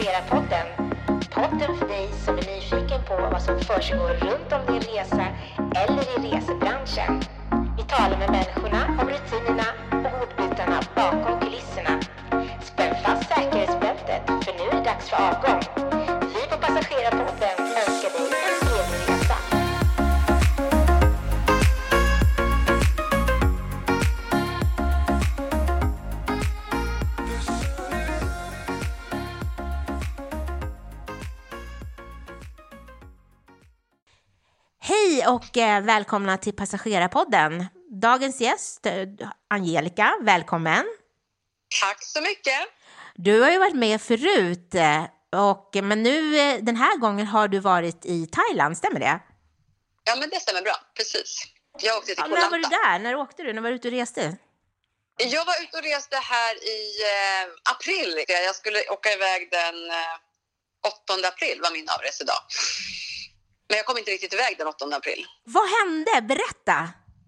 Passagerarpodden. Podden för dig som är nyfiken på vad som försiggår runt om din resa eller i resebranschen. Vi talar med människorna om rutinerna och ordbitarna bakom kulisserna. Spänn fast säkerhetsbältet, för nu är det dags för avgång. Vi på Passagerarpodden önskar dig en trevlig resa. Hej och välkomna till Passagerarpodden. Dagens gäst, Angelica, välkommen. Tack så mycket. Du har ju varit med förut, men nu den här gången har du varit i Thailand, stämmer det? Ja, men det stämmer bra, precis. Jag åkte till Koh När Lanta. var du där? När åkte du? När var du ute och reste? Jag var ute och reste här i april. Jag skulle åka iväg den 8 april var min avresedag. Men jag kom inte riktigt iväg den 8 april. Vad hände? Berätta!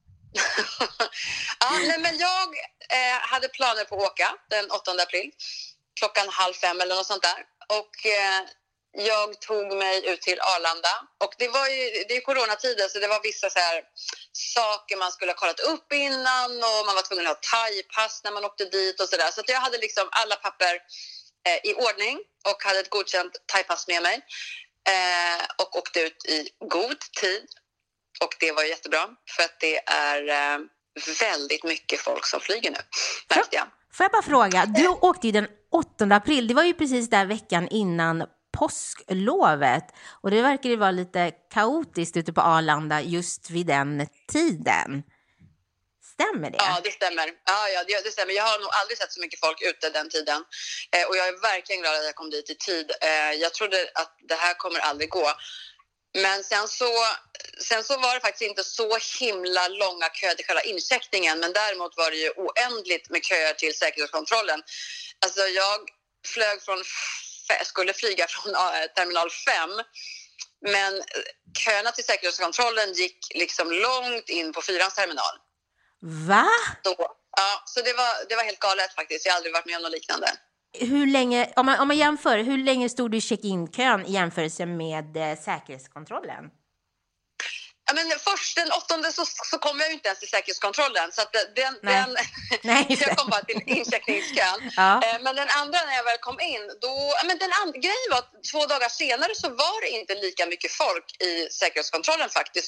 Men jag hade planer på att åka den 8 april. 4:30 eller något sånt där. Och jag tog mig ut till Arlanda. Och det är coronatider, så det var vissa så här saker man skulle ha kollat upp innan. Och man var tvungen att ha thai-pass när man åkte dit och sådär. Så att jag hade liksom alla papper i ordning och hade ett godkänt thai-pass med mig. Och åkte ut i god tid. Och det var jättebra, för att det är väldigt mycket folk som flyger nu, märkte jag. Får jag bara fråga, du åkte ju den 8 april, det var ju precis där veckan innan påsklovet. Och det verkar ju vara lite kaotiskt ute på Arlanda just vid den tiden. Stämmer det? Ja, det stämmer. Ja, det stämmer. Jag har nog aldrig sett så mycket folk ute den tiden. Och jag är verkligen glad att jag kom dit i tid. Jag trodde att det här kommer aldrig gå. Men sen så var det faktiskt inte så himla långa köer till själva incheckningen. Men däremot var det ju oändligt med köer till säkerhetskontrollen. Alltså jag skulle flyga från terminal 5. Men köerna till säkerhetskontrollen gick liksom långt in på 4:ans terminal. Va? Så det var helt galet faktiskt. Jag har aldrig varit med om något liknande. Hur länge, om man jämför, hur länge stod du i check-in-kön i jämförelse med säkerhetskontrollen? Ja, men först den 8 så kom jag ju inte ens till säkerhetskontrollen. Så att jag kom bara till incheckningskön. Ja. Men den andra, när jag väl kom in, grejen var att 2 dagar senare så var det inte lika mycket folk i säkerhetskontrollen faktiskt. Så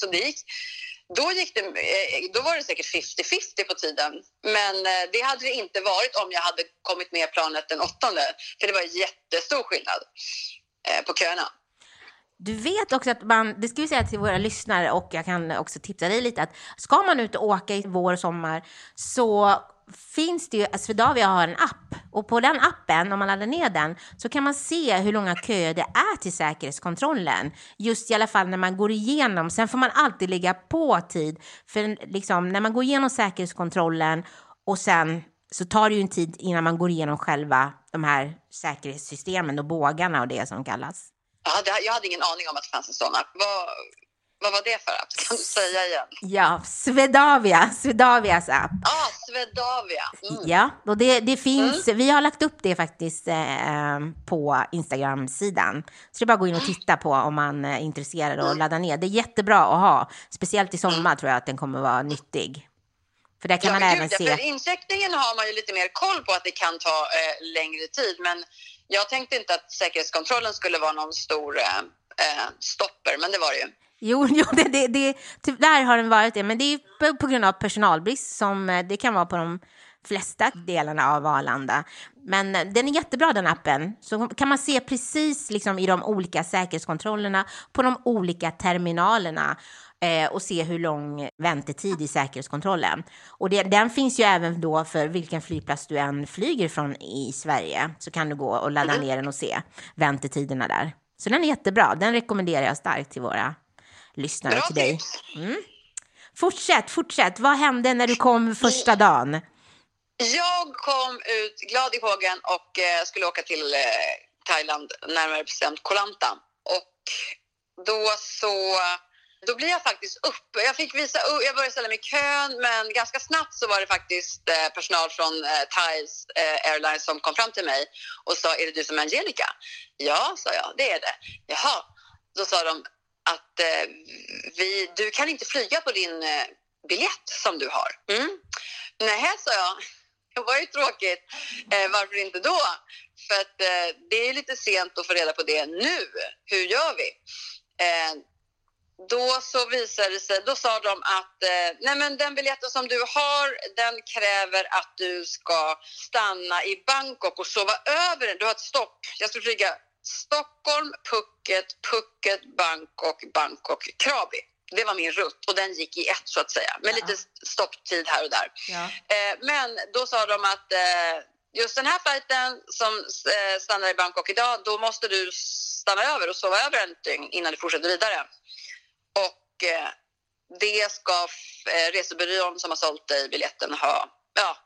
då var det säkert 50-50 på tiden. Men det hade det inte varit om jag hade kommit med planet den 8. För det var jättestor skillnad på köerna. Du vet också att det ska vi säga till våra lyssnare, och jag kan också tipsa dig lite, att ska man ut och åka i vår och sommar så finns det ju, Swedavia har en app, och på den appen, om man laddar ner den, så kan man se hur långa köer det är till säkerhetskontrollen, just i alla fall när man går igenom. Sen får man alltid ligga på tid, för liksom, när man går igenom säkerhetskontrollen och sen så tar det ju en tid innan man går igenom själva de här säkerhetssystemen och bågarna och det som kallas. Jag hade ingen aning om att det fanns en sån app. Vad var det för app? Kan du säga igen? Ja, Swedavias app. Swedavia. Ja, och det finns, vi har lagt upp det faktiskt på Instagram-sidan. Så det är bara att gå in och titta på om man är intresserad och ladda ner. Det är jättebra att ha, speciellt i sommar tror jag att den kommer vara nyttig. För där kan man även se... För incheckningen har man ju lite mer koll på att det kan ta längre tid, men jag tänkte inte att säkerhetskontrollen skulle vara någon stor stopper, men det var det ju. Jo, där har den varit det. Men det är på grund av personalbrist som det kan vara på de flesta delarna av Arlanda. Men den är jättebra, den appen. Så kan man se precis liksom i de olika säkerhetskontrollerna på de olika terminalerna och se hur lång väntetid i säkerhetskontrollen. Och den finns ju även då för vilken flygplats du än flyger från i Sverige. Så kan du gå och ladda ner den och se väntetiderna där. Så den är jättebra. Den rekommenderar jag starkt till våra lyssnare. Bra till dig. Fortsätt. Vad hände när du kom första dagen? Jag kom ut glad i hågen och skulle åka till Thailand, närmare bestämt Koh Lanta. Och då så då blir jag faktiskt uppe. Jag började ställa mig i kön, men ganska snabbt så var det faktiskt personal från Thais Airlines som kom fram till mig och sa, är det du som är Angelica? Ja, sa jag, det är det. Jaha, då sa de att du kan inte flyga på din biljett som du har. Nej, sa jag. Det var ju tråkigt. Varför inte då? För att det är lite sent att få reda på det nu. Hur gör vi? Då så visade det sig, då sa de att nej men den biljetten som du har, den kräver att du ska stanna i Bangkok och sova över den. Du har ett stopp. Jag ska flyga Stockholm, Phuket, Bangkok, Krabi. Det var min rutt och den gick i ett så att säga. Med lite stopptid här och där. Ja. Men då sa de att just den här flighten som stannar i Bangkok idag, då måste du stanna över och sova över en dygn innan du fortsätter vidare. Och det ska resebyrån som har sålt dig biljetten ha. Ja,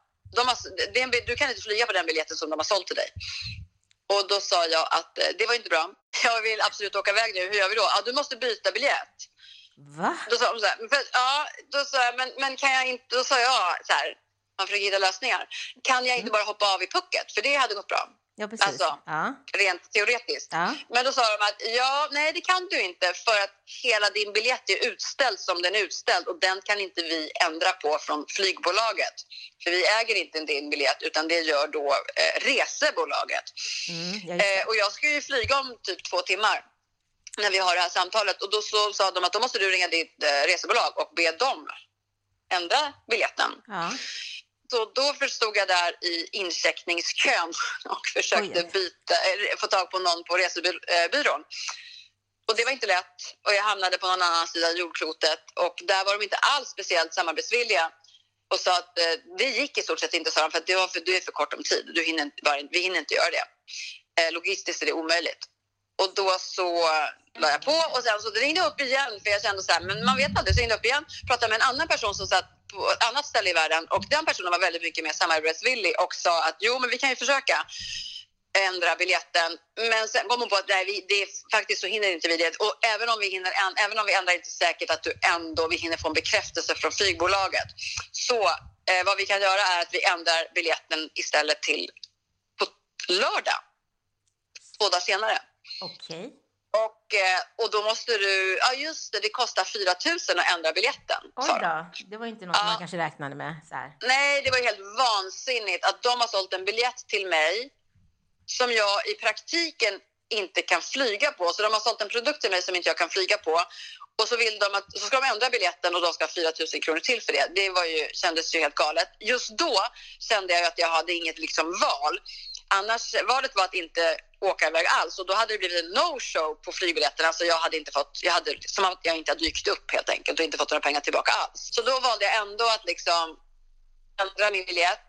du kan inte flyga på den biljetten som de har sålt till dig. Och då sa jag att det var inte bra. Jag vill absolut åka iväg nu. Hur gör vi då? Ja, du måste byta biljett. Va? Då sa de så här, då sa jag, men kan jag inte, då sa jag så här, man försöker hitta lösningar. Kan jag inte bara hoppa av i Phuket? För det hade gått bra. Ja, precis. Alltså, rent teoretiskt. Ja. Men då sa de att nej det kan du inte för att hela din biljett är utställd som den är utställd och den kan inte vi ändra på från flygbolaget. För vi äger inte din biljett utan det gör då resebolaget. Och jag ska ju flyga om typ 2 timmar när vi har det här samtalet och då så sa de att då måste du ringa ditt resebolag och be dem ändra biljetten. Ja. Så då förstod jag där i incheckningskön och försökte få tag på någon på resebyrån. Och det var inte lätt och jag hamnade på någon annan sida jordklotet och där var de inte alls speciellt samarbetsvilliga och sa att det gick i stort sett inte, sa de, för att du är för kort om tid. Vi hinner inte göra det. Logistiskt är det omöjligt. Och då så la jag på och sen så ringde jag upp igen för jag kände så här, men man vet aldrig, så ringde jag upp igen, pratade med en annan person som satt på ett annat ställe i världen och den personen var väldigt mycket mer samarbetsvillig och sa att jo men vi kan ju försöka ändra biljetten, men sen kom hon på att det är faktiskt så hinner inte vi det och även om vi ändrar inte säkert att vi hinner få en bekräftelse från flygbolaget. Så vad vi kan göra är att vi ändrar biljetten istället till på lördag 2 dagar senare. Okej. Och då måste du, just det kostar 4 000 att ändra biljetten. Oj då, det var inte något man kanske räknade med. Så här. Nej, det var helt vansinnigt att de har sålt en biljett till mig som jag i praktiken inte kan flyga på. Så de har sålt en produkt till mig som inte jag kan flyga på. Och så så ska de ändra biljetten och de ska ha 4 000 kronor till för det. Det kändes ju helt galet. Just då kände jag att jag hade inget val. Annars valet var att inte åka iväg alls och då hade det blivit en no-show på flygbiljetterna. Alltså som att jag inte hade dykt upp helt enkelt och inte fått några pengar tillbaka alls. Så då valde jag ändå att liksom ändra min biljett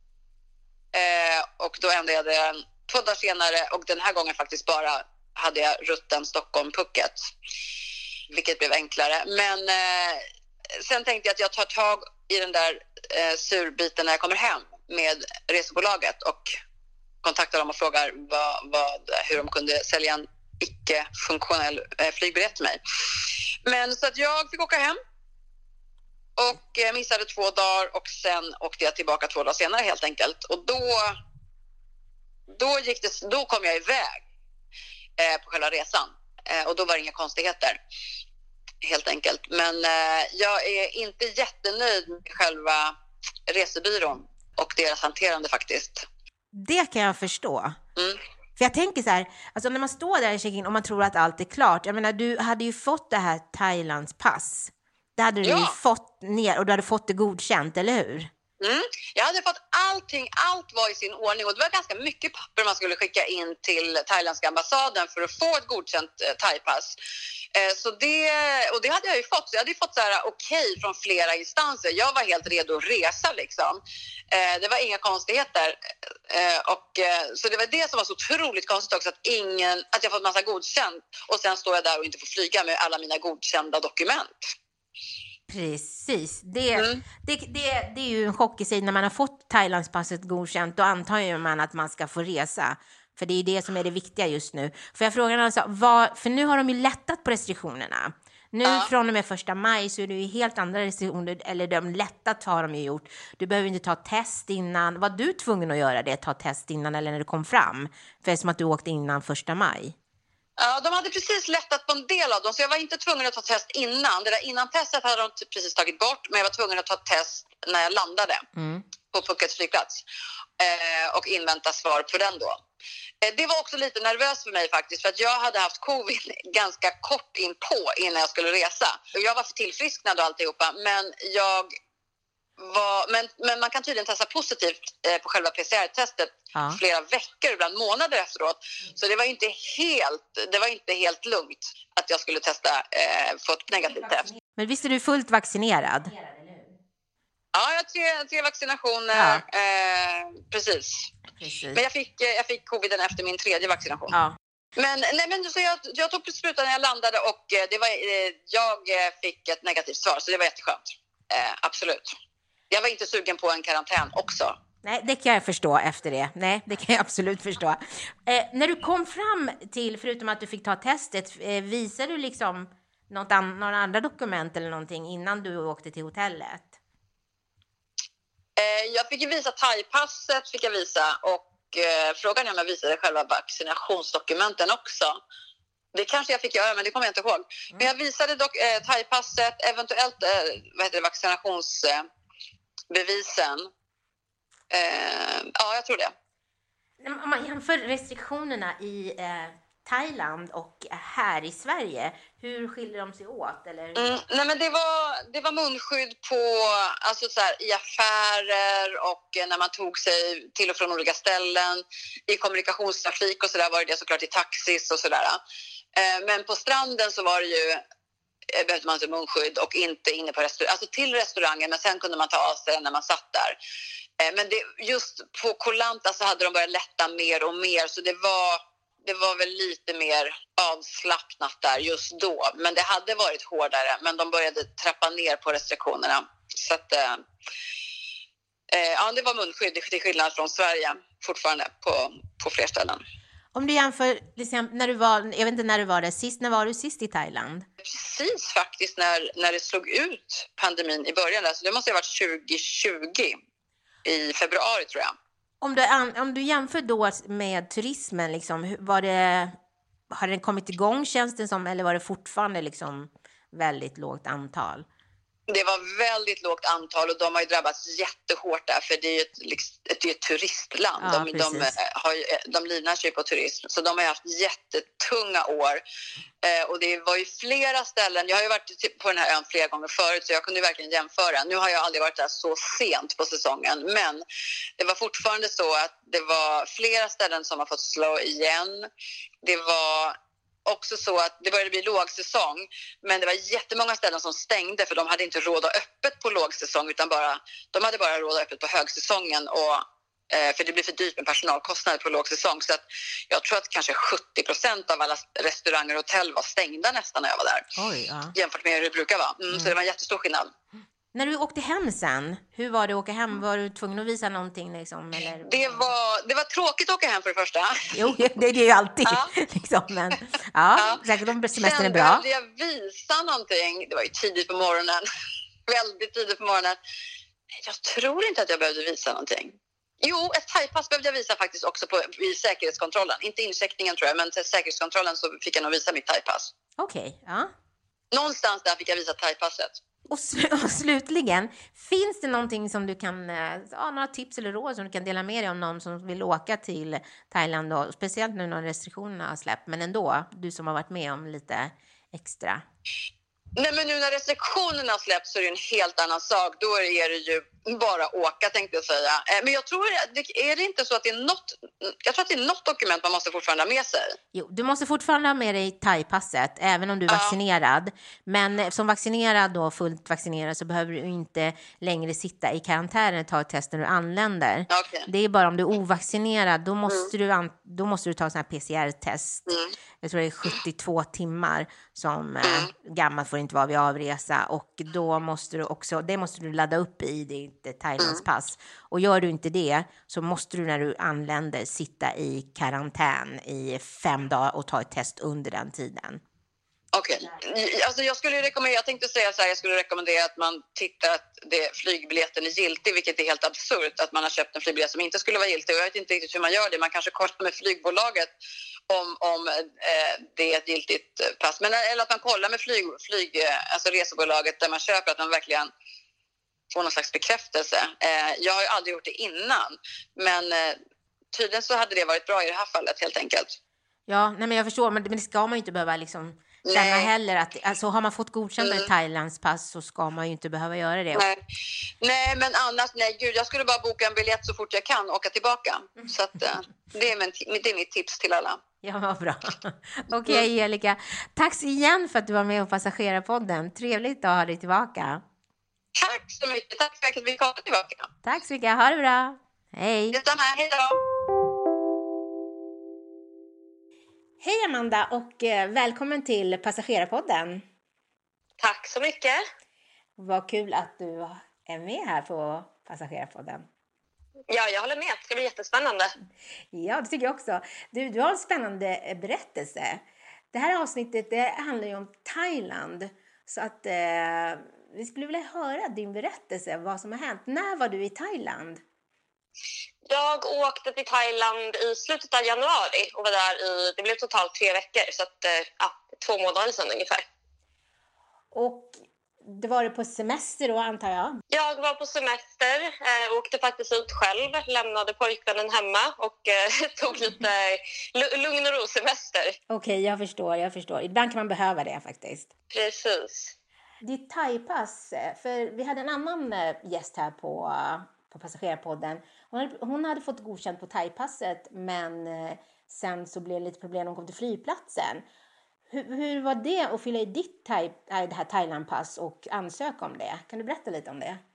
och då ändrade jag den 2 dagar senare och den här gången faktiskt bara hade jag rutten Stockholm-Phuket, vilket blev enklare. Men sen tänkte jag att jag tar tag i den där surbiten när jag kommer hem med resebolaget och kontaktar dem och frågar hur de kunde sälja en icke-funktionell flygbiljett till mig. Men så att jag fick åka hem och missade 2 dagar och sen åkte jag tillbaka 2 dagar senare helt enkelt. Och då kom jag iväg på själva resan och då var det inga konstigheter helt enkelt. Men jag är inte jättenöjd med själva resebyrån och deras hanterande faktiskt. Det kan jag förstå. För jag tänker så här, alltså när man står där i check-in och man tror att allt är klart. Jag menar, du hade ju fått det här Thailands pass. Det hade du ju fått ner och du hade fått det godkänt, eller hur? Jag hade fått allt var i sin ordning och det var ganska mycket papper man skulle skicka in till thailändska ambassaden för att få ett godkänt thaipass. Så det hade jag ju fått. Så jag hade ju fått så här okej från flera instanser. Jag var helt redo att resa liksom. Det var inga konstigheter. Så det var det som var så otroligt konstigt också att jag fått massa godkänt och sen står jag där och inte får flyga med alla mina godkända dokument. Precis. Det är ju en chock i sig när man har fått Thailandspasset godkänt. Då antar ju man att man ska få resa. För det är det som är det viktiga just nu. För jag frågar alltså, för nu har de ju lättat på restriktionerna. Nu från och med 1 maj så är det ju helt andra restriktioner, eller de lättat har de ju gjort. Du behöver inte ta test innan. Var du tvungen att göra det, ta test innan eller när du kom fram? För det är som att du åkte innan 1 maj. Ja, de hade precis lättat på en del av dem, så jag var inte tvungen att ta test innan. Det där innan-testet hade de precis tagit bort, men jag var tvungen att ta test när jag landade på Phukets flygplats och invänta svar på den då. Det var också lite nervöst för mig faktiskt, för att jag hade haft covid ganska kort inpå innan jag skulle resa. Jag var tillfrisknad och alltihopa, men men man kan tydligen testa positivt på själva PCR-testet flera veckor, ibland månader efteråt. Så det var inte helt lugnt att jag skulle få ett negativt test. Men visst är du fullt vaccinerad? Ja, jag har 3 vaccinationer. Precis. Men jag fick coviden efter min 3:e vaccination. Ja. Men så jag tog sprutan när jag landade och jag fick ett negativt svar, så det var jätteskönt. Absolut. Jag var inte sugen på en karantän också. Nej, det kan jag förstå efter det. Nej, det kan jag absolut förstå. När du kom fram till, förutom att du fick ta testet, visade du liksom några andra dokument eller någonting innan du åkte till hotellet? Jag fick ju visa thai-passet, och frågan är om jag visade själva vaccinationsdokumenten också. Det kanske jag fick göra, men det kommer jag inte ihåg. Men jag visade thai-passet, eventuellt vaccinationsbevisen. Ja, jag tror det. Om man jämför restriktionerna i Thailand och här i Sverige, hur skiljer de sig åt? Eller? Nej, men det var munskydd alltså så här, i affärer och när man tog sig till och från olika ställen. I kommunikationstrafik och sådär var det såklart i taxis och sådär. Men på stranden så var det ju behövde man inte munskydd och inte inne på alltså till restaurangen, men sen kunde man ta av sig när man satt där. Men just på Koh Lanta så hade de börjat lätta mer och mer, så det var väl lite mer avslappnat där just då. Men det hade varit hårdare, men de började trappa ner på restriktionerna. Så att, det var munskydd till skillnad från Sverige fortfarande på fler ställen. Om du jämför, liksom, jag vet inte när du var där sist, när var du sist i Thailand? Precis faktiskt när det slog ut pandemin i början där, så det måste ha varit 2020 i februari tror jag. Om du jämför då med turismen, liksom, har den kommit igång känns det som, eller var det fortfarande liksom väldigt lågt antal? Det var väldigt lågt antal och de har ju drabbats jättehårt där, för det är ju ett turistland. Ja, de livnär sig på turism, så de har haft jättetunga år. Och det var ju flera ställen, jag har ju varit på den här ön flera gånger förut, så jag kunde verkligen jämföra. Nu har jag aldrig varit där så sent på säsongen, men det var fortfarande så att det var flera ställen som har fått slå igen. Det var också så att det började bli lågsäsong, men det var jättemånga ställen som stängde för de hade inte råd att öppet på lågsäsong, utan de hade bara råd att öppet på högsäsongen, och för det blir för dyrt med personalkostnader på lågsäsong. Så att jag tror att kanske 70% av alla restauranger och hotell var stängda nästan när jag var där. Oj, ja. Jämfört med hur det brukar vara. Så det var en jättestor skillnad. När du åkte hem sen, hur var det att åka hem? Var du tvungen att visa någonting? Liksom, eller? Det var tråkigt att åka hem för det första. Jo, det är det ju alltid. Liksom, men, säkert om semestern är bra. Sen behövde jag visa någonting. Det var ju tidigt på morgonen. Väldigt tidigt på morgonen. Jag tror inte att jag behövde visa någonting. Jo, ett thaipass behövde jag visa faktiskt också i säkerhetskontrollen. Inte incheckningen tror jag, men till säkerhetskontrollen så fick jag nog visa mitt thaipass. Okej, ja. Någonstans där fick jag visa thaipasset. Och slutligen, finns det någonting som du kan, några tips eller råd som du kan dela med dig om någon som vill åka till Thailand då, speciellt nu när restriktionerna har släppt, men ändå, du som har varit med om lite extra? Nej, men nu när restriktionerna släpps så är det en helt annan sak. Då är det ju bara åka, tänkte jag säga. Men jag tror, är det inte så att det är något dokument man måste fortfarande ha med sig? Jo, du måste fortfarande ha med dig thai-passet, även om du är vaccinerad. Men som vaccinerad då, fullt vaccinerad, så behöver du inte längre sitta i karantän och ta ett test när du anländer. Okay. Det är bara om du är ovaccinerad, då måste du ta sån här PCR-test. Jag tror det är 72 timmar som gammal får inte vara vid avresa, och då måste du ladda upp i ditt Thailands pass. Och gör du inte det så måste du när du anländer sitta i karantän i 5 dagar och ta ett test under den tiden. Okej. Alltså jag tänkte säga så här, jag skulle rekommendera att man tittar att flygbiljetten är giltig, vilket är helt absurt att man har köpt en flygbiljett som inte skulle vara giltig. Och jag vet inte riktigt hur man gör det. Man kanske kollar med flygbolaget om det är ett giltigt pass. Eller att man kollar med alltså resebolaget där man köper, att man verkligen får någon slags bekräftelse. Jag har ju aldrig gjort det innan, men tydligen så hade det varit bra i det här fallet helt enkelt. Ja, nej, men jag förstår, men det ska man ju inte behöva liksom känna heller att, alltså har man fått godkänt ett Thailands pass så ska man ju inte behöva göra det. Nej, men annars, gud, jag skulle bara boka en biljett så fort jag kan och åka tillbaka. Så att det är mitt tips till alla. Ja, vad bra. Okej, Angelica. Tack så igen för att du var med på Passagerarpodden. Trevligt att ha dig tillbaka. Tack så mycket. Tack för att vi kom tillbaka. Tack så mycket. Ha det bra. Hej. Detsamma. Hej då. Hej Amanda och välkommen till Passagerarpodden. Tack så mycket. Vad kul att du är med här på Passagerarpodden. Ja, jag håller med. Det ska bli jättespännande. Ja, det tycker jag också. Du har en spännande berättelse. Det här avsnittet handlar ju om Thailand. Så att vi skulle vilja höra din berättelse, vad som har hänt. När var du i Thailand? Jag åkte till Thailand i slutet av januari och var där det blev totalt 3 veckor. Så att, 2 månader sedan ungefär. Och det var på semester då, antar jag? Jag var på semester, åkte faktiskt ut själv, lämnade pojkvännen hemma och tog lite lugn och ro semester. Okej, jag förstår. Ibland kan man behöva det faktiskt. Precis. Ditt thaipass, för vi hade en annan gäst här på Passagerarpodden. Hon hade fått godkänt på thaipasset, men sen så blev det lite problem när hon kom till flygplatsen. Hur var det att fylla i det här Thailandpass och ansöka om det? Kan du berätta lite om det?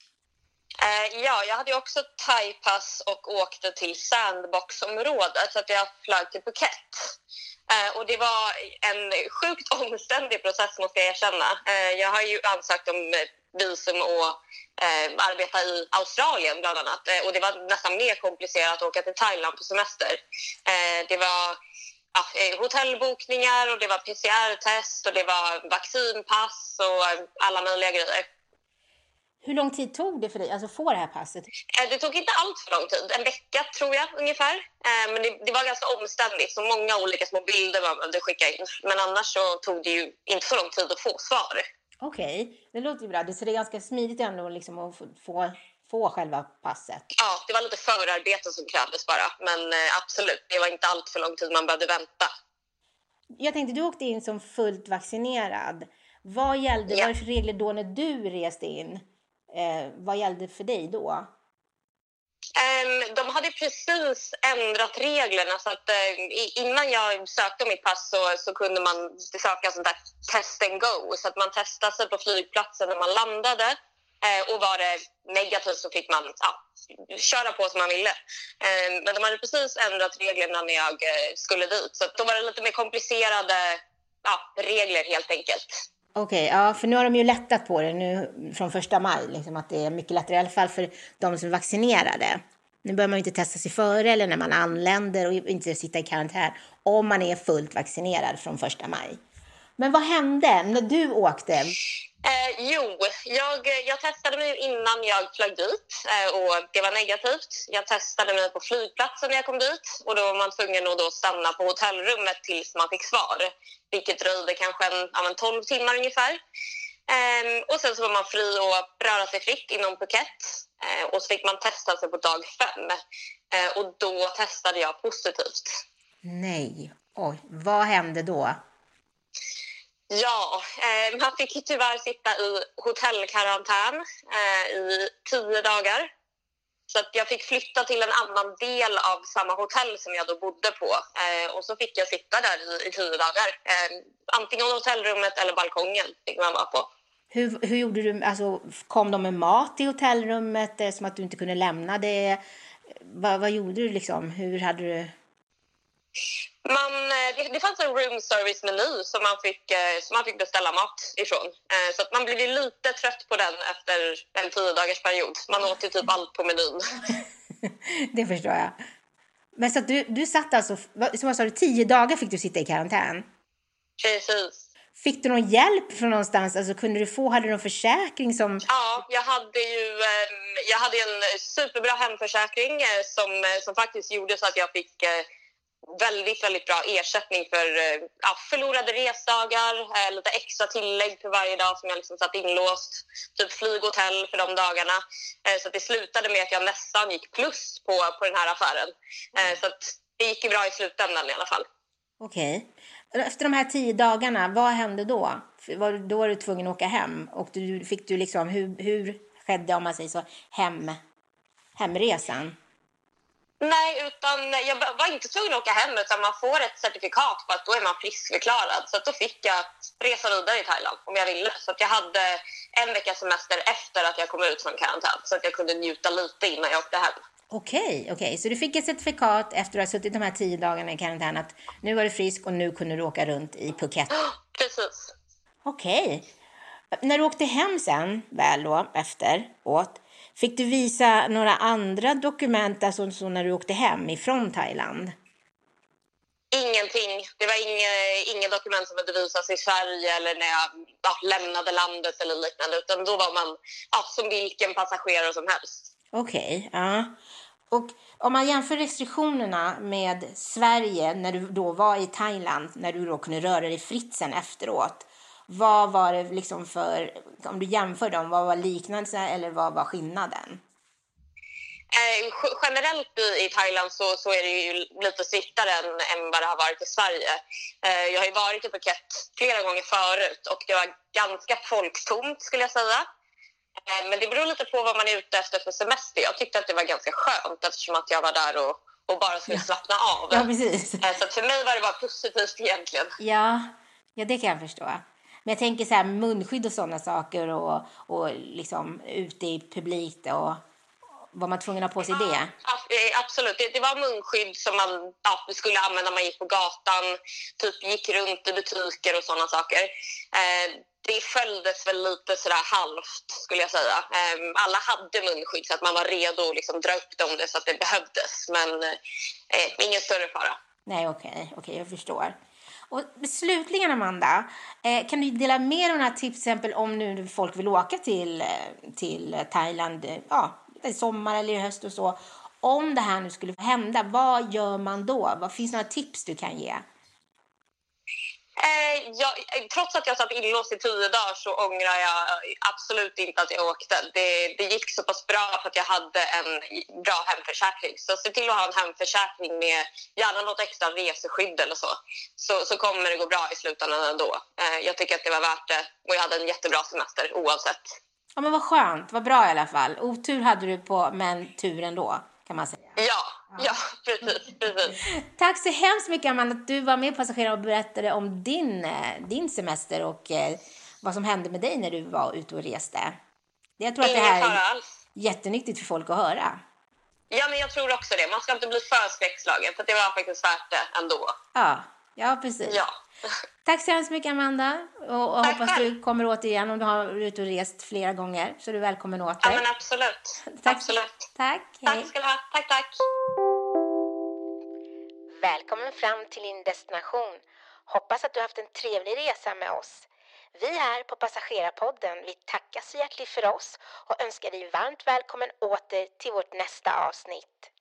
Ja, jag hade också thaipass och åkte till Sandbox-området, så att jag flög till Phuket. Och det var en sjukt omständig process, måste jag erkänna. Jag har ju ansökt om visum och arbeta i Australien bland annat. Och det var nästan mer komplicerat att åka till Thailand på semester. Det var hotellbokningar och det var PCR-test och det var vaccinpass och alla möjliga grejer. Hur lång tid tog det för dig att få det här passet? Det tog inte allt för lång tid. 1 vecka tror jag ungefär. Men det var ganska omständigt. Så många olika små bilder man behövde skicka in. Men annars så tog det ju inte så lång tid att få svar. Okej, det låter ju bra. Så det är ganska smidigt ändå liksom att få själva passet. Ja, det var lite förarbete som krävdes bara. Men absolut, det var inte allt för lång tid man behövde vänta. Jag tänkte, du åkte in som fullt vaccinerad. Vad gällde, vad var det för regler då när du reste in? Vad gällde för dig då? De hade precis ändrat reglerna så att innan jag sökte mitt pass så kunde man söka sånt där test and go. Så att man testade sig på flygplatsen när man landade och var det negativt så fick man köra på som man ville. Men de hade precis ändrat reglerna när jag skulle dit. Så att då var det lite mer komplicerade regler helt enkelt. Okej, ja, för nu har de ju lättat på det nu från 1 maj. Liksom att det är mycket lättare i alla fall för de som är vaccinerade. Nu behöver man ju inte testa sig före eller när man anländer och inte sitta i karantän om man är fullt vaccinerad från 1 maj. Men vad hände när du åkte? Jag testade mig innan jag flög dit och det var negativt. Jag testade mig på flygplatsen när jag kom dit och då var man tvungen att då stanna på hotellrummet tills man fick svar. Vilket dröjde kanske 12 timmar ungefär. Och sen så var man fri att röra sig fritt inom Phuket. Och så fick man testa sig på dag 5. Och då testade jag positivt. Nej, oj, vad hände då? Ja, man fick tyvärr sitta i hotellkarantän i 10 dagar. Så att jag fick flytta till en annan del av samma hotell som jag då bodde på. Och så fick jag sitta där i 10 dagar. Antingen hotellrummet eller balkongen fick man vara på. Hur gjorde du? Alltså, kom de med mat i hotellrummet som att du inte kunde lämna det? Vad gjorde du liksom? Hur hade du... Det fanns en room service-meny som man fick beställa mat ifrån. Så att man blev ju lite trött på den efter en 10 dagars period. Man åt ju typ allt på menyn. Det förstår jag. Men så att du satt alltså, som jag sa, 10 dagar fick du sitta i karantän? Precis. Fick du någon hjälp från någonstans? Alltså hade du någon försäkring som... Ja, jag hade en superbra hemförsäkring som faktiskt gjorde så att jag fick väldigt, väldigt bra ersättning för förlorade resdagar, lite extra tillägg för varje dag som jag liksom satt inlåst, typ flyghotell för de dagarna. Så att det slutade med att jag nästan gick plus på den här affären. Så att det gick ju bra i slutändan i alla fall. Okej. Efter de här 10 dagarna, vad hände då? Då var du tvungen att åka hem. Och fick du liksom, hur skedde, om man säger så, hemresan? Nej, utan jag var inte tvungen att åka hem, utan man får ett certifikat på att då är man friskförklarad. Så att då fick jag resa vidare i Thailand om jag ville. Så att jag hade en veckas semester efter att jag kom ut från karantän. Så att jag kunde njuta lite innan jag åkte hem. Okej. Så du fick ett certifikat efter att ha suttit de här 10 dagarna i karantän att nu var du frisk och nu kunde du åka runt i Phuket. Precis. Okej. När du åkte hem sen, väl då, efteråt, fick du visa några andra dokument, alltså så när du åkte hem ifrån Thailand? Ingenting. Det var ingen dokument som behövde visas i Sverige eller när jag lämnade landet eller liknande. Utan då var man som vilken passagerare som helst. Okej, ja. Och om man jämför restriktionerna med Sverige när du då var i Thailand, när du då kunde röra dig fritt sen efteråt. Vad var det liksom för, om du jämför dem, vad var liknande eller vad var skillnaden? Generellt i Thailand så är det ju lite striktare än vad det har varit i Sverige. Jag har ju varit i Phuket flera gånger förut och det var ganska folktomt skulle jag säga. Men det beror lite på vad man är ute efter för semester. Jag tyckte att det var ganska skönt eftersom att jag var där och bara skulle slappna av. Ja, precis. Så för mig var det bara positivt egentligen. Ja, det kan jag förstå. Men jag tänker så här munskydd och sådana saker och liksom ute i publik och var man tvungen att ha på sig det? Absolut. Det var munskydd som man skulle använda när man gick på gatan, typ gick runt i butiker och sådana saker. Det följdes väl lite sådär halvt skulle jag säga. Alla hade munskydd så att man var redo att liksom dra upp dem det så att det behövdes. Men ingen större fara. Nej, okej, jag förstår. Och slutligen Amanda, kan du dela med dig några tips till exempel om nu folk vill åka till Thailand i sommar eller i höst och så. Om det här nu skulle hända, vad gör man då? Vad finns några tips du kan ge? Trots att jag satt inlåst i 10 dagar så ångrar jag absolut inte att jag åkte. Det gick så pass bra för att jag hade en bra hemförsäkring. Så se till att ha en hemförsäkring med gärna något extra reseskydd eller så kommer det gå bra i slutändan ändå. Jag tycker att det var värt det och jag hade en jättebra semester oavsett. Ja, men vad skönt, vad bra i alla fall. Otur hade du på, men tur ändå, kan man säga. Ja, precis. Tack så hemskt mycket Amanda att du var med passagerare och berättade om din semester och vad som hände med dig när du var ute och reste. Jag tror att det här är jättenyttigt för folk att höra. Ja, men jag tror också det. Man ska inte bli för skräckslagen för det var faktiskt värt det ändå. Ja, precis. Ja. Tack så hemskt mycket Amanda och Tack hoppas själv. du kommer åter igen om du har ute och rest flera gånger så är du välkommen åter. Ja, men absolut. Tack. Absolut. Tack. Tack ska du ha. Tack. Välkommen fram till din destination. Hoppas att du har haft en trevlig resa med oss. Vi här på Passagerarpodden, vi tackar så hjärtligt för oss och önskar dig varmt välkommen åter till vårt nästa avsnitt.